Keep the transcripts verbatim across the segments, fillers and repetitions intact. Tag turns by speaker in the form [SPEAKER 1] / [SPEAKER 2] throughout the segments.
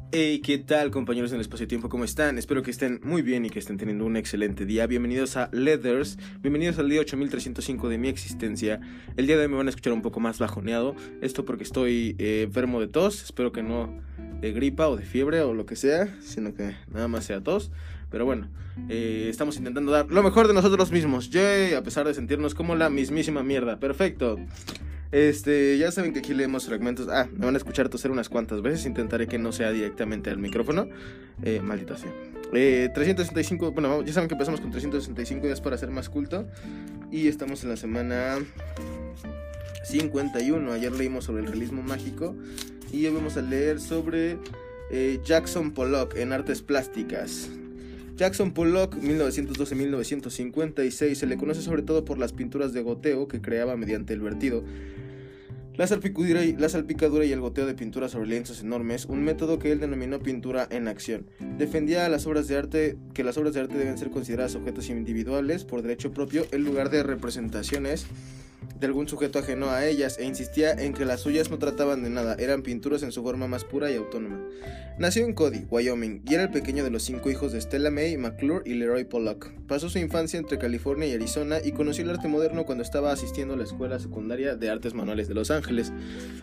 [SPEAKER 1] Hey, ¿qué tal, compañeros en el espacio-tiempo? ¿Cómo están? Espero que estén muy bien y que estén teniendo un excelente día. Bienvenidos a Leathers, bienvenidos al día ocho mil trescientos cinco de mi existencia. El día de hoy me van a escuchar un poco más bajoneado, esto porque estoy eh, enfermo de tos. Espero que no de gripa o de fiebre o lo que sea, sino que nada más sea tos. Pero bueno, eh, estamos intentando dar lo mejor de nosotros mismos, yay, a pesar de sentirnos como la mismísima mierda. Perfecto. Este, ya saben que aquí leemos fragmentos. Ah, me van a escuchar toser unas cuantas veces. Intentaré que no sea directamente al micrófono. Eh, maldita sea. Eh, trescientos sesenta y cinco, bueno, ya saben que empezamos con trescientos sesenta y cinco días para ser más culto. Y estamos en la semana cincuenta y uno. Ayer leímos sobre el realismo mágico. Y hoy vamos a leer sobre eh, Jackson Pollock en artes plásticas. Jackson Pollock, mil novecientos doce a mil novecientos cincuenta y seis, se le conoce sobre todo por las pinturas de goteo que creaba mediante el vertido, la salpicadura, y, la salpicadura y el goteo de pinturas sobre lienzos enormes, un método que él denominó pintura en acción. Defendía a las obras de arte que las obras de arte deben ser consideradas objetos individuales por derecho propio en lugar de representaciones de algún sujeto ajeno a ellas, e insistía en que las suyas no trataban de nada, eran pinturas en su forma más pura y autónoma. Nació en Cody, Wyoming, y era el pequeño de los cinco hijos de Stella May, McClure y Leroy Pollock. Pasó su infancia entre California y Arizona y conoció el arte moderno cuando estaba asistiendo a la Escuela Secundaria de Artes Manuales de Los Ángeles.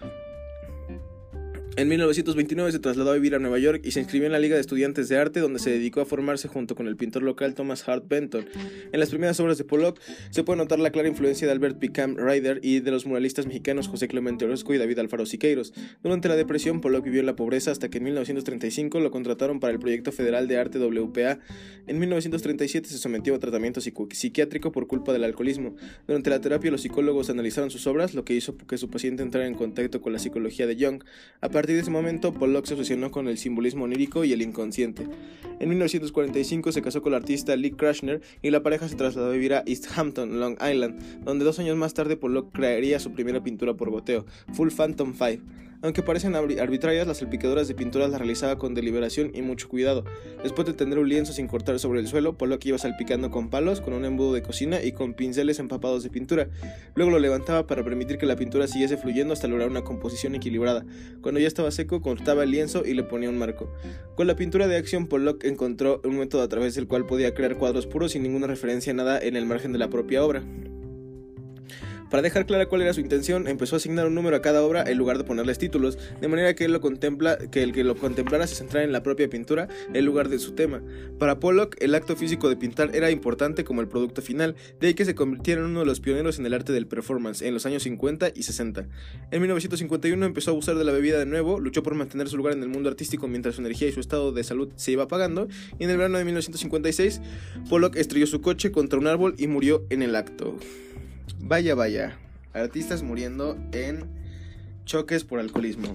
[SPEAKER 1] En mil novecientos veintinueve se trasladó a vivir a Nueva York y se inscribió en la Liga de Estudiantes de Arte, donde se dedicó a formarse junto con el pintor local Thomas Hart Benton. En las primeras obras de Pollock se puede notar la clara influencia de Albert Picam Ryder y de los muralistas mexicanos José Clemente Orozco y David Alfaro Siqueiros. Durante la depresión, Pollock vivió en la pobreza hasta que en mil novecientos treinta y cinco lo contrataron para el Proyecto Federal de Arte W P A. En mil novecientos treinta y siete se sometió a tratamiento psiquiátrico por culpa del alcoholismo. Durante la terapia, los psicólogos analizaron sus obras, lo que hizo que su paciente entrara en contacto con la psicología de Jung. A partir de ese momento, Pollock se obsesionó con el simbolismo onírico y el inconsciente. En mil novecientos cuarenta y cinco se casó con la artista Lee Krasner y la pareja se trasladó a vivir a East Hampton, Long Island, donde dos años más tarde Pollock crearía su primera pintura por goteo, Full Phantom cinco. Aunque parecen arbitrarias, las salpicaduras de pinturas las realizaba con deliberación y mucho cuidado. Después de tender un lienzo sin cortar sobre el suelo, Pollock iba salpicando con palos, con un embudo de cocina y con pinceles empapados de pintura. Luego lo levantaba para permitir que la pintura siguiese fluyendo hasta lograr una composición equilibrada. Cuando ya estaba seco, cortaba el lienzo y le ponía un marco. Con la pintura de acción, Pollock encontró un método a través del cual podía crear cuadros puros sin ninguna referencia a nada en el margen de la propia obra. Para dejar clara cuál era su intención, empezó a asignar un número a cada obra en lugar de ponerles títulos, de manera que, él lo contempla, que el que lo contemplara se centrara en la propia pintura en lugar de su tema. Para Pollock, el acto físico de pintar era importante como el producto final, de ahí que se convirtiera en uno de los pioneros en el arte del performance en los años cincuenta y sesenta. En mil novecientos cincuenta y uno empezó a abusar de la bebida de nuevo, luchó por mantener su lugar en el mundo artístico mientras su energía y su estado de salud se iba apagando, y en el verano de mil novecientos cincuenta y seis, Pollock estrelló su coche contra un árbol y murió en el acto. Vaya, vaya, artistas muriendo en choques por alcoholismo.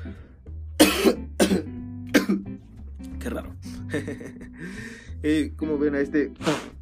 [SPEAKER 1] Qué raro. eh, ¿Cómo ven a este?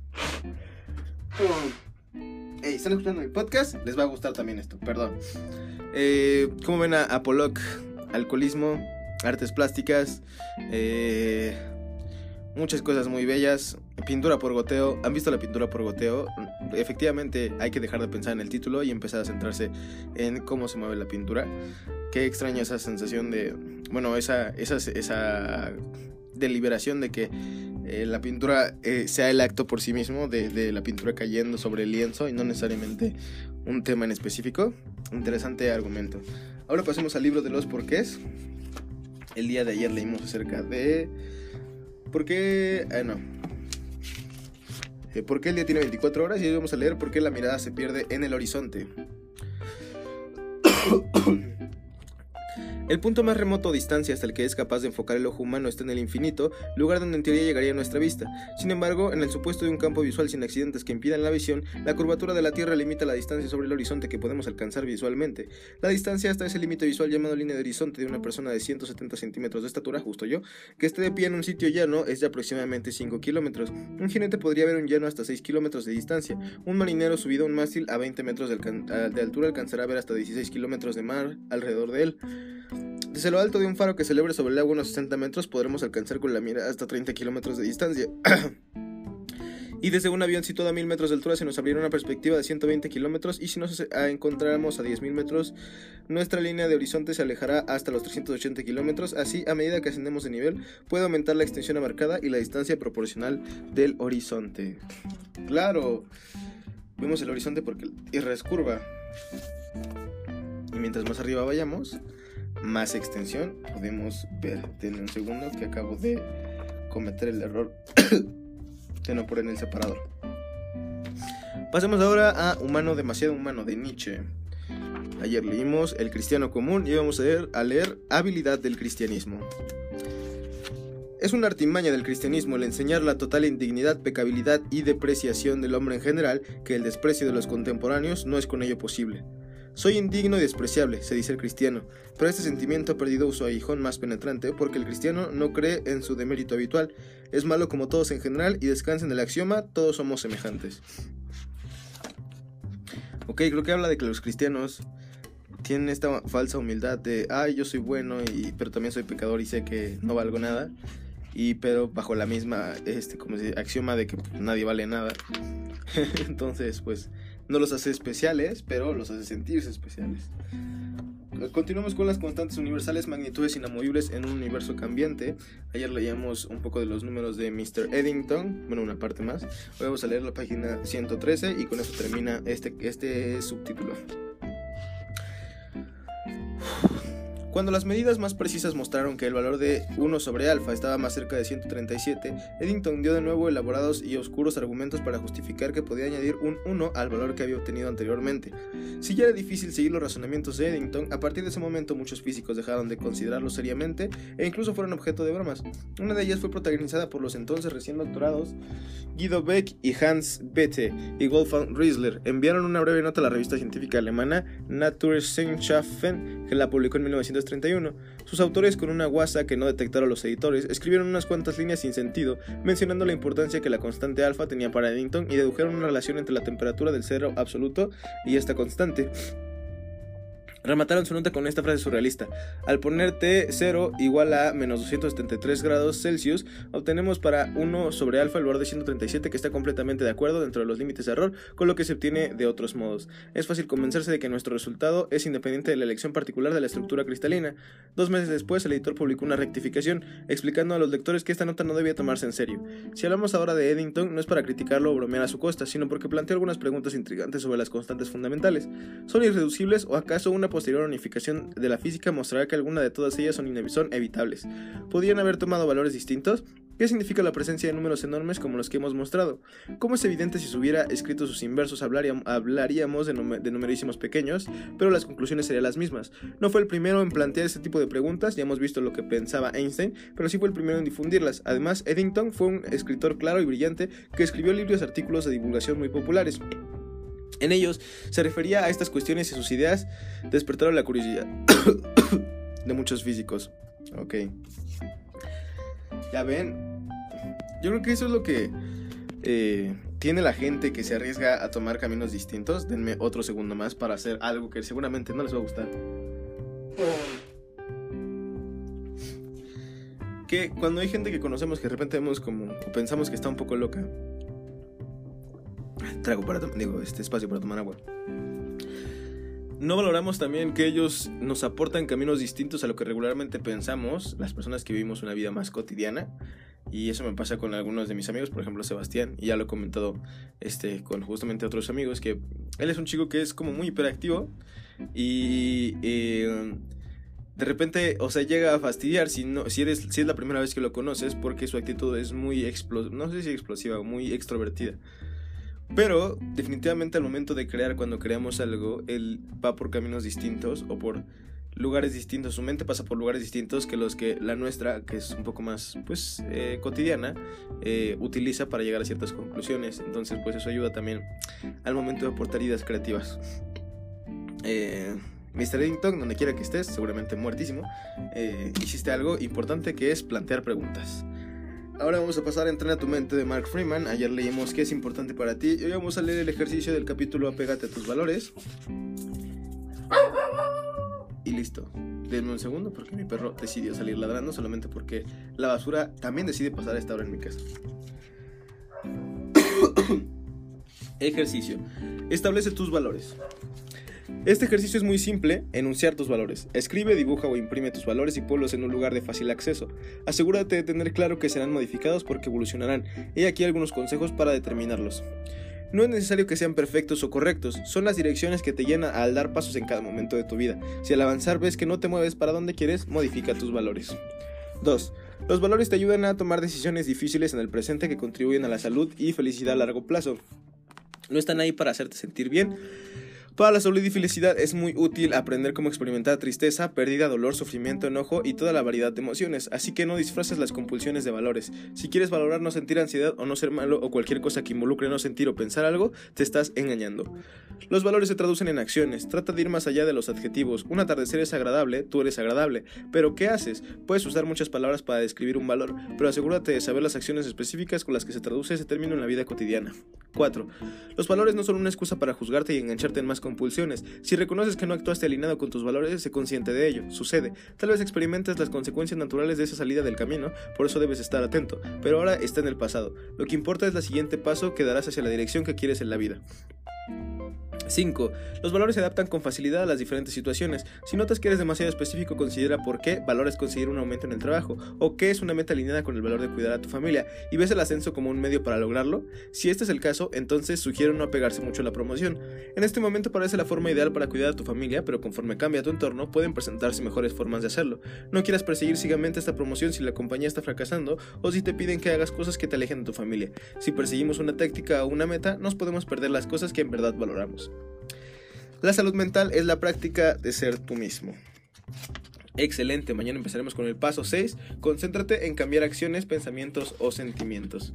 [SPEAKER 1] Hey, ¿están escuchando mi podcast? Les va a gustar también esto, perdón. Eh, ¿Cómo ven a, a Pollock? Alcoholismo, artes plásticas, eh... muchas cosas muy bellas, pintura por goteo. ¿Han visto la pintura por goteo? Efectivamente hay que dejar de pensar en el título y empezar a centrarse en cómo se mueve la pintura. Qué extraña esa sensación de, bueno, esa, esa, esa deliberación de que eh, la pintura eh, sea el acto por sí mismo, de, de la pintura cayendo sobre el lienzo y no necesariamente un tema en específico. Interesante argumento. Ahora pasemos al libro de los porqués. El día de ayer leímos acerca de... ¿Por qué? Eh, no. Eh, ¿Por qué el día tiene veinticuatro horas? Y hoy vamos a leer por qué la mirada se pierde en el horizonte. El punto más remoto o distancia hasta el que es capaz de enfocar el ojo humano está en el infinito, lugar donde en teoría llegaría nuestra vista. Sin embargo, en el supuesto de un campo visual sin accidentes que impidan la visión, la curvatura de la Tierra limita la distancia sobre el horizonte que podemos alcanzar visualmente. La distancia hasta ese límite visual llamado línea de horizonte de una persona de ciento setenta centímetros de estatura, justo yo, que esté de pie en un sitio llano, es de aproximadamente cinco kilómetros. Un jinete podría ver un llano hasta seis kilómetros de distancia. Un marinero subido a un mástil a veinte metros de, de altura alcanzará a ver hasta dieciséis kilómetros de mar alrededor de él. Desde lo alto de un faro que celebre sobre el agua unos sesenta metros podremos alcanzar con la mira hasta treinta kilómetros de distancia. Y desde un avioncito a mil metros de altura se nos abriera una perspectiva de ciento veinte kilómetros, y si nos encontráramos a diez mil metros, nuestra línea de horizonte se alejará hasta los trescientos ochenta kilómetros. Así, a medida que ascendemos de nivel, puede aumentar la extensión abarcada y la distancia proporcional del horizonte. ¡Claro! Vemos el horizonte porque la Tierra es curva. Y mientras más arriba vayamos, más extensión podemos ver. Denme un segundo que acabo de cometer el error de no poner el separador. Pasemos ahora a Humano demasiado humano, de Nietzsche. Ayer leímos El cristiano común y vamos a leer, a leer Habilidad del cristianismo. Es una artimaña del cristianismo el enseñar la total indignidad, pecabilidad y depreciación del hombre en general, que el desprecio de los contemporáneos no es con ello posible. Soy indigno y despreciable, se dice el cristiano, pero este sentimiento ha perdido su aguijón más penetrante porque el cristiano no cree en su demérito habitual, es malo como todos en general y descansa en el axioma, todos somos semejantes. Ok, creo que habla de que los cristianos tienen esta falsa humildad de, ay, yo soy bueno, y, pero también soy pecador y sé que no valgo nada, y pero bajo la misma este, como se dice, axioma de que pues, nadie vale nada. Entonces, pues, no los hace especiales, pero los hace sentirse especiales. Continuamos con las constantes universales, magnitudes inamovibles en un universo cambiante. Ayer leíamos un poco de los números de mister Eddington, bueno, una parte más. Hoy vamos a leer la página ciento trece y con eso termina este, este subtítulo. Cuando las medidas más precisas mostraron que el valor de uno sobre alfa estaba más cerca de ciento treinta y siete, Eddington dio de nuevo elaborados y oscuros argumentos para justificar que podía añadir un uno al valor que había obtenido anteriormente. Si ya era difícil seguir los razonamientos de Eddington, a partir de ese momento muchos físicos dejaron de considerarlos seriamente e incluso fueron objeto de bromas. Una de ellas fue protagonizada por los entonces recién doctorados Guido Beck y Hans Bethe, y Wolfgang Riesler enviaron una breve nota a la revista científica alemana Naturwissenschaften, que la publicó en mil novecientos treinta y uno. Sus autores, con una guasa que no detectaron los editores, escribieron unas cuantas líneas sin sentido, mencionando la importancia que la constante alfa tenía para Eddington y dedujeron una relación entre la temperatura del cero absoluto y esta constante. Remataron su nota con esta frase surrealista: al poner T cero igual a menos doscientos setenta y tres grados Celsius, obtenemos para uno sobre alfa el valor de ciento treinta y siete, que está completamente de acuerdo dentro de los límites de error con lo que se obtiene de otros modos. Es fácil convencerse de que nuestro resultado es independiente de la elección particular de la estructura cristalina. Dos meses después, el editor publicó una rectificación, explicando a los lectores que esta nota no debía tomarse en serio. Si hablamos ahora de Eddington, no es para criticarlo o bromear a su costa, sino porque planteó algunas preguntas intrigantes sobre las constantes fundamentales. ¿Son irreducibles o acaso una posterior unificación de la física mostrará que alguna de todas ellas son, son evitables? ¿Podrían haber tomado valores distintos? ¿Qué significa la presencia de números enormes como los que hemos mostrado? Como es evidente, si se hubiera escrito sus inversos hablaríamos, hablaríamos de, numer de numerísimos pequeños, pero las conclusiones serían las mismas. No fue el primero en plantear este tipo de preguntas, ya hemos visto lo que pensaba Einstein, pero sí fue el primero en difundirlas. Además, Eddington fue un escritor claro y brillante que escribió libros y artículos de divulgación muy populares. En ellos se refería a estas cuestiones y sus ideas despertaron la curiosidad de muchos físicos. Ok. Ya ven, yo creo que eso es lo que eh, tiene la gente que se arriesga a tomar caminos distintos. Denme otro segundo más para hacer algo que seguramente no les va a gustar. Que cuando hay gente que conocemos que de repente vemos como, o pensamos que está un poco loca, trago para digo, este espacio para tomar agua. No valoramos también que ellos nos aportan caminos distintos a lo que regularmente pensamos, las personas que vivimos una vida más cotidiana. Y eso me pasa con algunos de mis amigos, por ejemplo Sebastián, y ya lo he comentado este, con justamente otros amigos, que él es un chico que es como muy hiperactivo y eh, de repente, o sea, llega a fastidiar si, no, si, eres, si es la primera vez que lo conoces, porque su actitud es muy explosiva, no sé si explosiva, muy extrovertida. Pero definitivamente al momento de crear, cuando creamos algo, él va por caminos distintos o por lugares distintos. Su mente pasa por lugares distintos que los que la nuestra, que es un poco más pues eh, cotidiana, eh, utiliza para llegar a ciertas conclusiones. Entonces pues eso ayuda también al momento de aportar ideas creativas. eh, mister Eddington, donde quiera que estés, seguramente muertísimo, eh, hiciste algo importante, que es plantear preguntas. Ahora vamos a pasar a Entrena tu mente, de Mark Freeman. Ayer leímos qué es importante para ti y hoy vamos a leer el ejercicio del capítulo Apégate a tus valores. Y listo. Denme un segundo porque mi perro decidió salir ladrando, solamente porque la basura también decide pasar a esta hora en mi casa. Ejercicio. Establece tus valores. Este ejercicio es muy simple, enunciar tus valores. Escribe, dibuja o imprime tus valores y ponlos en un lugar de fácil acceso. Asegúrate de tener claro que serán modificados porque evolucionarán. He aquí algunos consejos para determinarlos. No es necesario que sean perfectos o correctos, son las direcciones que te llenan al dar pasos en cada momento de tu vida. Si al avanzar ves que no te mueves para donde quieres, modifica tus valores. dos. Los valores te ayudan a tomar decisiones difíciles en el presente que contribuyen a la salud y felicidad a largo plazo. No están ahí para hacerte sentir bien. Para la salud y felicidad es muy útil aprender cómo experimentar tristeza, pérdida, dolor, sufrimiento, enojo y toda la variedad de emociones, así que no disfraces las compulsiones de valores. Si quieres valorar no sentir ansiedad o no ser malo o cualquier cosa que involucre no sentir o pensar algo, te estás engañando. Los valores se traducen en acciones, trata de ir más allá de los adjetivos. Un atardecer es agradable, tú eres agradable, pero ¿qué haces? Puedes usar muchas palabras para describir un valor, pero asegúrate de saber las acciones específicas con las que se traduce ese término en la vida cotidiana. cuatro. Los valores no son una excusa para juzgarte y engancharte en más compulsiones. Si reconoces que no actuaste alineado con tus valores, sé consciente de ello. Sucede. Tal vez experimentes las consecuencias naturales de esa salida del camino, por eso debes estar atento. Pero ahora está en el pasado. Lo que importa es el siguiente paso que darás hacia la dirección que quieres en la vida. cinco. Los valores se adaptan con facilidad a las diferentes situaciones. Si notas que eres demasiado específico, considera por qué valoras conseguir un aumento en el trabajo, o qué es una meta alineada con el valor de cuidar a tu familia, y ves el ascenso como un medio para lograrlo. Si este es el caso, entonces sugiero no apegarse mucho a la promoción. En este momento parece la forma ideal para cuidar a tu familia, pero conforme cambia tu entorno, pueden presentarse mejores formas de hacerlo. No quieras perseguir ciegamente esta promoción si la compañía está fracasando, o si te piden que hagas cosas que te alejen de tu familia. Si perseguimos una táctica o una meta, nos podemos perder las cosas que en verdad valoramos. La salud mental es la práctica de ser tú mismo. Excelente, mañana empezaremos con el paso seis. Concéntrate en cambiar acciones, pensamientos o sentimientos.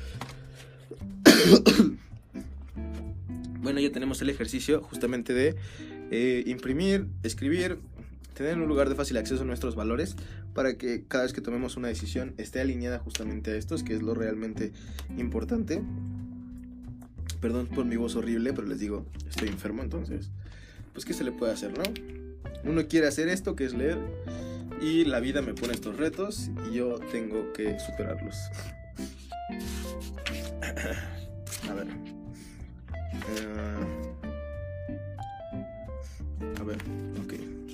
[SPEAKER 1] Bueno, ya tenemos el ejercicio justamente de eh, imprimir, escribir, tener un lugar de fácil acceso a nuestros valores para que cada vez que tomemos una decisión esté alineada justamente a estos, que es lo realmente importante. Perdón por mi voz horrible, pero les digo, estoy enfermo, entonces, pues ¿qué se le puede hacer, no? Uno quiere hacer esto, que es leer, y la vida me pone estos retos, y yo tengo que superarlos. A ver. Uh, a ver, ok.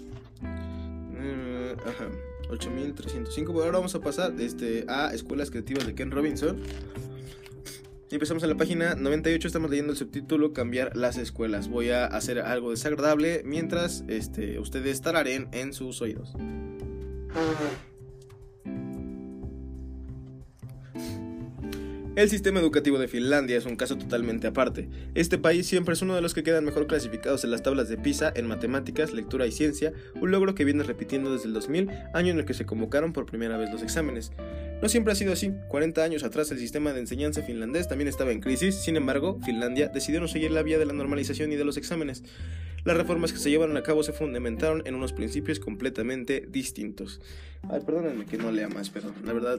[SPEAKER 1] Uh, ajá, ocho mil trescientos cinco. Bueno, ahora vamos a pasar este, a Escuelas Creativas de Ken Robinson. Y empezamos en la página noventa y ocho, estamos leyendo el subtítulo Cambiar las escuelas. Voy a hacer algo desagradable mientras este, ustedes tararen en sus oídos. El sistema educativo de Finlandia es un caso totalmente aparte. Este país siempre es uno de los que quedan mejor clasificados en las tablas de PISA en matemáticas, lectura y ciencia, un logro que viene repitiendo desde el dos mil, año en el que se convocaron por primera vez los exámenes. No siempre ha sido así. cuarenta años atrás el sistema de enseñanza finlandés también estaba en crisis, sin embargo, Finlandia decidió no seguir la vía de la normalización y de los exámenes. Las reformas que se llevaron a cabo se fundamentaron en unos principios completamente distintos. Ay, perdónenme que no lea más, pero la verdad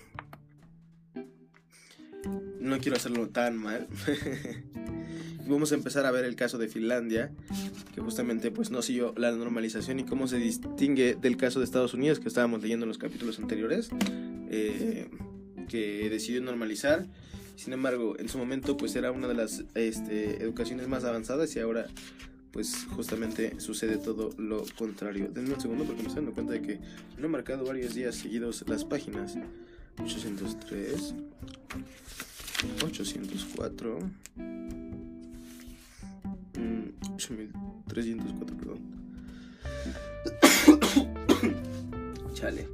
[SPEAKER 1] no quiero hacerlo tan mal. Vamos a empezar a ver el caso de Finlandia, que justamente pues no siguió la normalización y cómo se distingue del caso de Estados Unidos que estábamos leyendo en los capítulos anteriores, eh, que decidió normalizar. Sin embargo, en su momento pues era una de las este, educaciones más avanzadas y ahora pues justamente sucede todo lo contrario. Denme un segundo porque me estoy dando cuenta de que no he marcado varios días seguidos las páginas. ochocientos tres, ochocientos cuatro, ocho mil trescientos cuatro, perdón. Chale.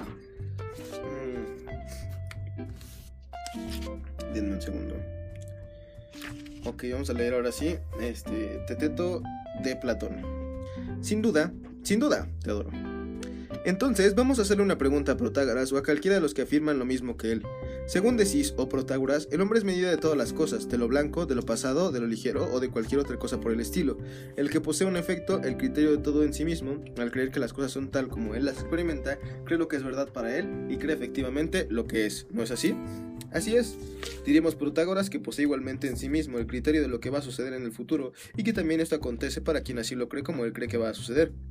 [SPEAKER 1] Mm. Denme un segundo. Ok, vamos a leer ahora sí este Teteto de Platón. Sin duda, sin duda, Teodoro. Entonces, vamos a hacerle una pregunta a Protágoras o a cualquiera de los que afirman lo mismo que él. Según decís, oh Protágoras, el hombre es medida de todas las cosas, de lo blanco, de lo pasado, de lo ligero o de cualquier otra cosa por el estilo. El que posee un efecto, el criterio de todo en sí mismo, al creer que las cosas son tal como él las experimenta, cree lo que es verdad para él y cree efectivamente lo que es. ¿No es así? Así es. Diremos Protágoras que posee igualmente en sí mismo el criterio de lo que va a suceder en el futuro y que también esto acontece para quien así lo cree como él cree que va a suceder.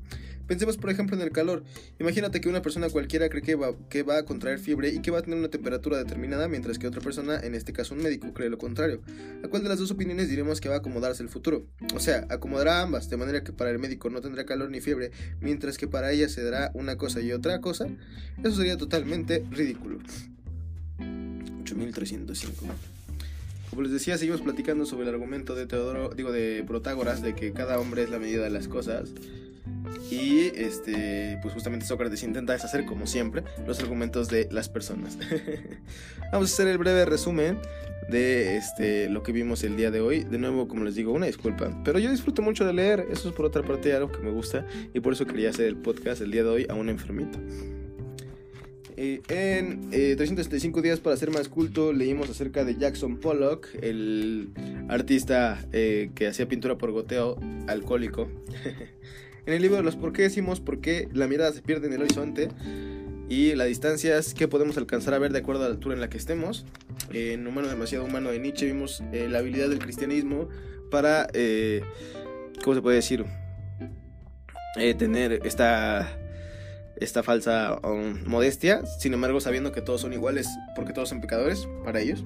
[SPEAKER 1] Pensemos por ejemplo en el calor. Imagínate que una persona cualquiera cree que va, que va a contraer fiebre y que va a tener una temperatura determinada, mientras que otra persona, en este caso un médico, cree lo contrario. ¿A cuál de las dos opiniones diremos que va a acomodarse el futuro? O sea, acomodará ambas, de manera que para el médico no tendrá calor ni fiebre, mientras que para ella se dará una cosa y otra cosa. Eso sería totalmente ridículo. ocho mil trescientos cinco. Como les decía, seguimos platicando sobre el argumento de Teodoro, digo de Protágoras, de que cada hombre es la medida de las cosas. Y este, pues justamente Sócrates intenta deshacer, como siempre, los argumentos de las personas. Vamos a hacer el breve resumen de este, lo que vimos el día de hoy. De nuevo, como les digo, una disculpa, pero yo disfruto mucho de leer. Eso es por otra parte algo que me gusta, y por eso quería hacer el podcast el día de hoy a un enfermito. Eh, en eh, trescientos setenta y cinco días para ser más culto leímos acerca de Jackson Pollock, el artista eh, que hacía pintura por goteo alcohólico. En el libro de los por qué decimos por qué la mirada se pierde en el horizonte y las distancias que podemos alcanzar a ver de acuerdo a la altura en la que estemos. En Humano demasiado humano de Nietzsche vimos eh, la habilidad del cristianismo para, eh, ¿cómo se puede decir? Eh, tener esta... esta falsa um, modestia, sin embargo sabiendo que todos son iguales porque todos son pecadores para ellos.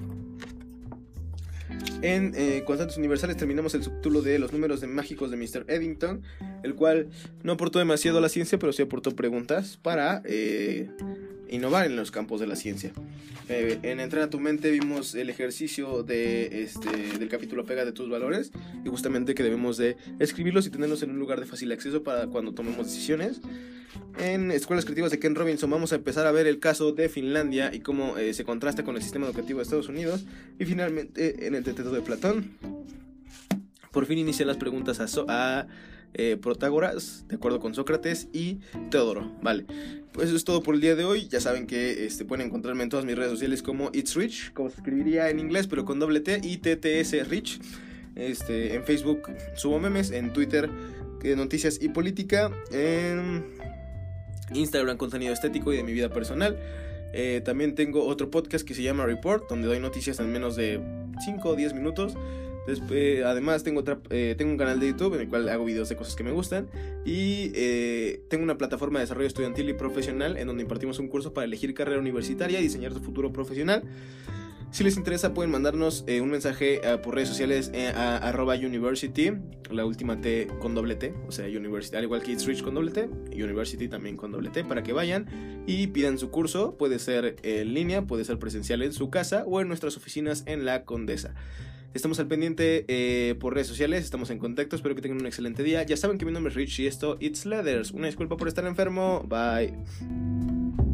[SPEAKER 1] En eh, Constantes Universales terminamos el subtítulo de Los números de mágicos de mister Eddington, el cual no aportó demasiado a la ciencia, pero sí aportó preguntas para eh, innovar en los campos de la ciencia. Eh, en Entrena tu mente vimos el ejercicio de, este, del capítulo Pega de tus valores, y justamente que debemos de escribirlos y tenerlos en un lugar de fácil acceso para cuando tomemos decisiones. En Escuelas Creativas de Ken Robinson vamos a empezar a ver el caso de Finlandia y cómo eh, se contrasta con el sistema educativo de Estados Unidos. Y finalmente en el Teteto de Platón por fin inician las preguntas a, so a eh, Protágoras, de acuerdo con Sócrates y Teodoro. Vale, pues eso es todo por el día de hoy. Ya saben que este, pueden encontrarme en todas mis redes sociales como It's Rich, como se escribiría en inglés pero con doble T, y T T S Rich. Este, en Facebook subo memes, en Twitter eh, noticias y política, en Instagram contenido estético y de mi vida personal. Eh, también tengo otro podcast que se llama Report, donde doy noticias en menos de cinco o diez minutos. Después, además tengo, otra, eh, tengo un canal de YouTube en el cual hago videos de cosas que me gustan. Y eh, tengo una plataforma de desarrollo estudiantil y profesional en donde impartimos un curso para elegir carrera universitaria y diseñar tu futuro profesional. Si les interesa pueden mandarnos eh, un mensaje uh, por redes sociales eh, a arroba university, la última T con doble T, o sea university, al igual que It's Rich con doble T, university también con doble T, para que vayan y pidan su curso. Puede ser en línea, puede ser presencial en su casa o en nuestras oficinas en La Condesa. Estamos al pendiente eh, por redes sociales, estamos en contacto, espero que tengan un excelente día. Ya saben que mi nombre es Rich y esto It's Leathers. Una disculpa por estar enfermo, bye.